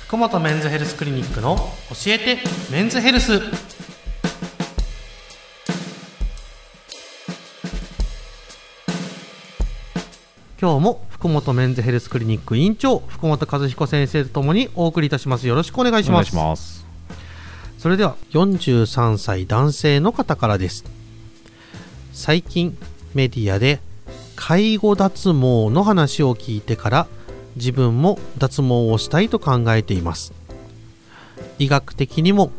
福本メンズヘルスクリニックの教えてメンズヘルス。今日も福本メンズヘルスクリニック院長福本和彦先生とともにお送りいたします。よろしくお願いします。 お願いします。 それでは43歳男性の方からです。最近メディアで介護脱毛の話を聞いてから自分も脱毛をしたいと考えています。医学的にも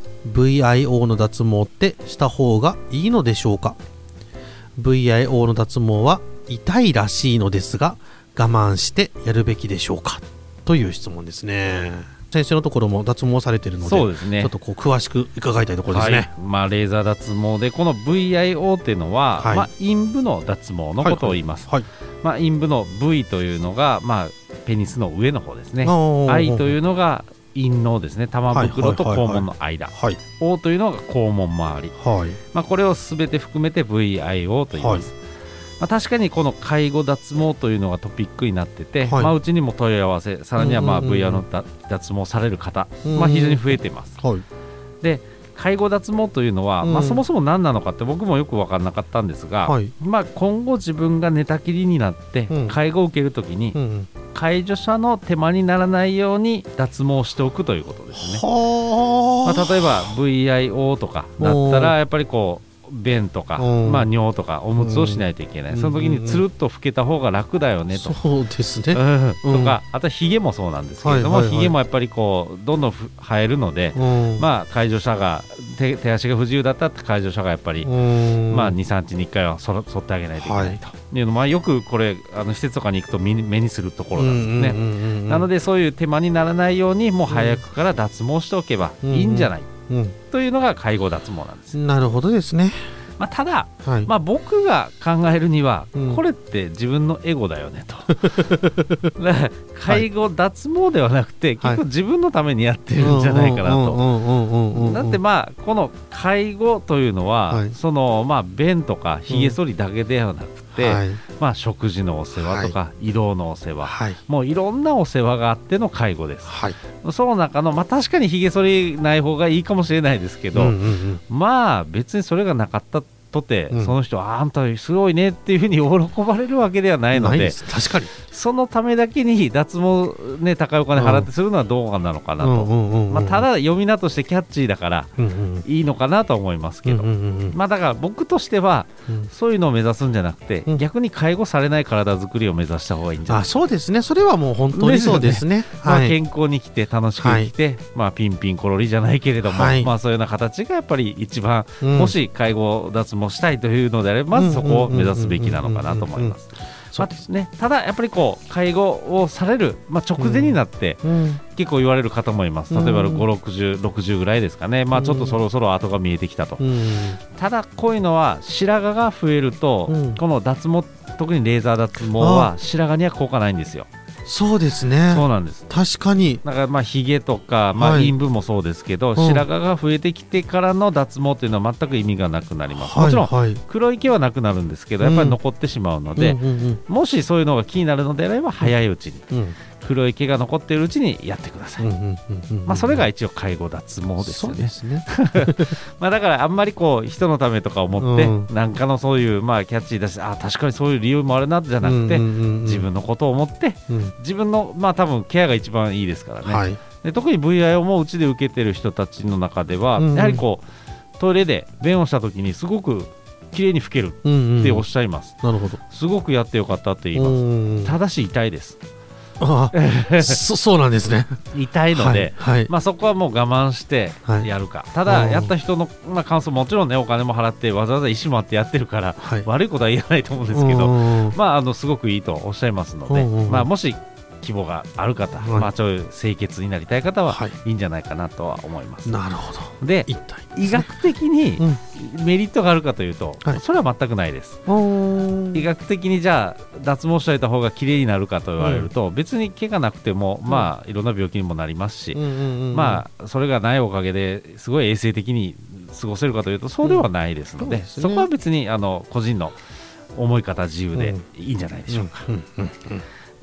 VIO の脱毛ってした方がいいのでしょうか。 VIO の脱毛は痛いらしいのですが我慢してやるべきでしょうか、という質問ですね。先生のところも脱毛されているので、 そうですね、 ちょっとこう詳しく伺いたいところですね。 はい、レーザー脱毛でこの VIO っていうのは、陰部の脱毛のことを言います。陰部の V というのが、ペニスの上の方ですね。I というのが陰嚢ですね、玉袋と肛門の間、O というのが肛門周り、これを全て含めて VIO と言います。確かにこの介護脱毛というのがトピックになってて、うちにも問い合わせ、さらにはVIO の脱毛される方、非常に増えています。で、介護脱毛というのは、そもそも何なのかって僕もよく分からなかったんですが、今後自分が寝たきりになって介護を受けるときに、介助者の手間にならないように脱毛しておくということですね。例えば VIO とかだったらやっぱりこう便とか、尿とかおむつをしないといけない、その時につるっと拭けた方が楽だよねと。 そうですね、 とか、あとはヒゲもそうなんですけれども、ヒゲもやっぱりこうどんどん生えるので、介助者が手足が不自由だったら介助者がやっぱり、2、3日に1回は剃ってあげないといけないというのも、よくこれ施設とかに行くと目にするところなんですね。なのでそういう手間にならないようにもう早くから脱毛しておけばいいんじゃない、というのが介護脱毛なんです。 なるほどですね。 ただ、僕が考えるには、これって自分のエゴだよねと介護脱毛ではなくて、結構自分のためにやってるんじゃないかなと。だってこの介護というのは、その便とかひげ剃りだけではなくて、食事のお世話とか、移動のお世話、もういろんなお世話があっての介護です。その中の、確かにひげ剃りない方がいいかもしれないですけど、別にそれがなかったとて、その人はあんたすごいねっていうふうに喜ばれるわけではないので、確かにそのためだけに脱毛、高いお金払ってするのはどうなのかなと。ただ読み名としてキャッチーだからいいのかなと思いますけど、だから僕としてはそういうのを目指すんじゃなくて、逆に介護されない体作りを目指した方がいいんじゃないか。 そうですね、それはもう本当にそうですね。 健康に来て楽しく生きて、ピンピンコロリじゃないけれども、そういうような形がやっぱり一番、もし介護脱毛したいというのであれば、まずそこを目指すべきなのかなと思います。ただやっぱり介護をされる、直前になって結構言われる方もいます。例えば60ぐらいですかね、ちょっとそろそろ跡が見えてきたと。ただこういうのは白髪が増えると、この脱毛、特にレーザー脱毛は白髪には効果ないんですよ。 そうですね。 そうなんです。 確かに。 だからヒゲとか、陰部もそうですけど、白髪が増えてきてからの脱毛というのは全く意味がなくなります。もちろん黒い毛はなくなるんですけど、やっぱり残ってしまうので、もしそういうのが気になるのであれば早いうちに、黒い毛が残っているうちにやってください。それが一応介護脱毛ですよね。だからあんまり人のためとか思って、なんかのそういうキャッチーだし、確かにそういう理由もあるなじゃなくて、自分のことを思って、自分の多分ケアが一番いいですからね。で、特に VIO もうちで受けてる人たちの中では、やはりトイレで便をした時にすごく綺麗に拭けるっておっしゃいます。すごくやってよかったって言います。ただし痛いです。 そうなんですね。 痛いので、そこはもう我慢してやるか。ただやった人の感想、もちろんね、お金も払ってわざわざ意思もあってやってるから、悪いことは言えないと思うんですけど、すごくいいとおっしゃいますので、もし希望がある方、清潔になりたい方はいいんじゃないかなとは思います。 なるほど。 で、医学的にメリットがあるかというと、それは全くないです。医学的にじゃあ脱毛しておいた方が綺麗になるかと言われると、別に毛がなくてもいろんな病気にもなりますし、それがないおかげですごい衛生的に過ごせるかというとそうではないですので、そこは別に個人の思い方自由でいいんじゃないでしょうか。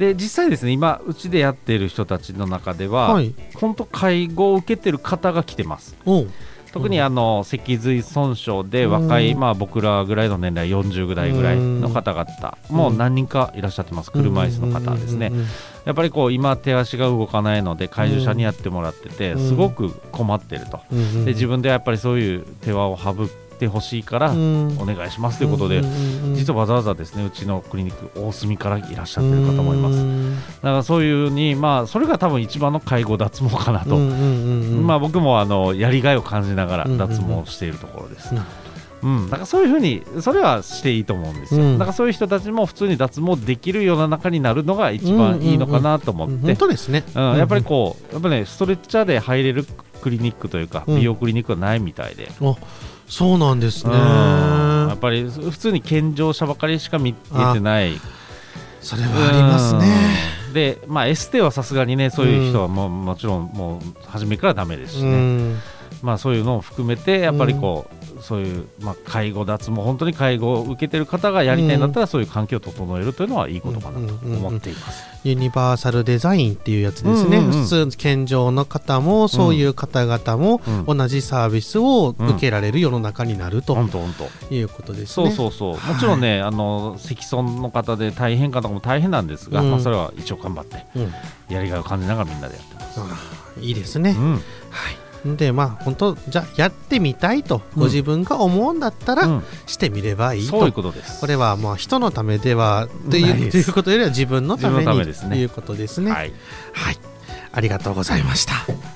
で実際ですね、今うちでやっている人たちの中では、本当介護を受けてる方が来てます。特に脊髄損傷で若い、僕らぐらいの年代40代ぐらいの方々もう何人かいらっしゃってます。車椅子の方ですね。やっぱり今手足が動かないので介助者にやってもらっててすごく困ってると。で自分でやっぱりそういう手話を省ってほしいからお願いしますということで、実はわざわざですねうちのクリニック大隅からいらっしゃってる方もいます。だからそういうにそれが多分一番の介護脱毛かなと。僕もやりがいを感じながら脱毛しているところです。だからそういうふうにそれはしていいと思うんですよ。だからそういう人たちも普通に脱毛できる世の中になるのが一番いいのかなと思って、 本当ですね。 やっぱりねストレッチャーで入れるクリニックというか美容クリニックはないみたいで。 そうなんですね。 やっぱり普通に健常者ばかりしか見えてない。 それはありますね。 でエステはさすがにねそういう人はもちろんもう初めからダメですしね。そういうのを含めてやっぱりそういう介護脱毛本当に介護を受けている方がやりたいんだったらそういう環境を整えるというのはいいことかなと思っています。 ユニバーサルデザインっていうやつですね。普通健常の方もそういう方々も同じサービスを受けられる世の中になるということですね。 もちろんね積損の方で大変かとかも大変なんですが、それは一応頑張ってやりがいを感じながらみんなでやってます。 いいですね。で本当じゃやってみたいとご自分が思うんだったらしてみればいいと。 そういうことです。 これは人のためではということよりは自分のためにということですね。はい、ありがとうございました。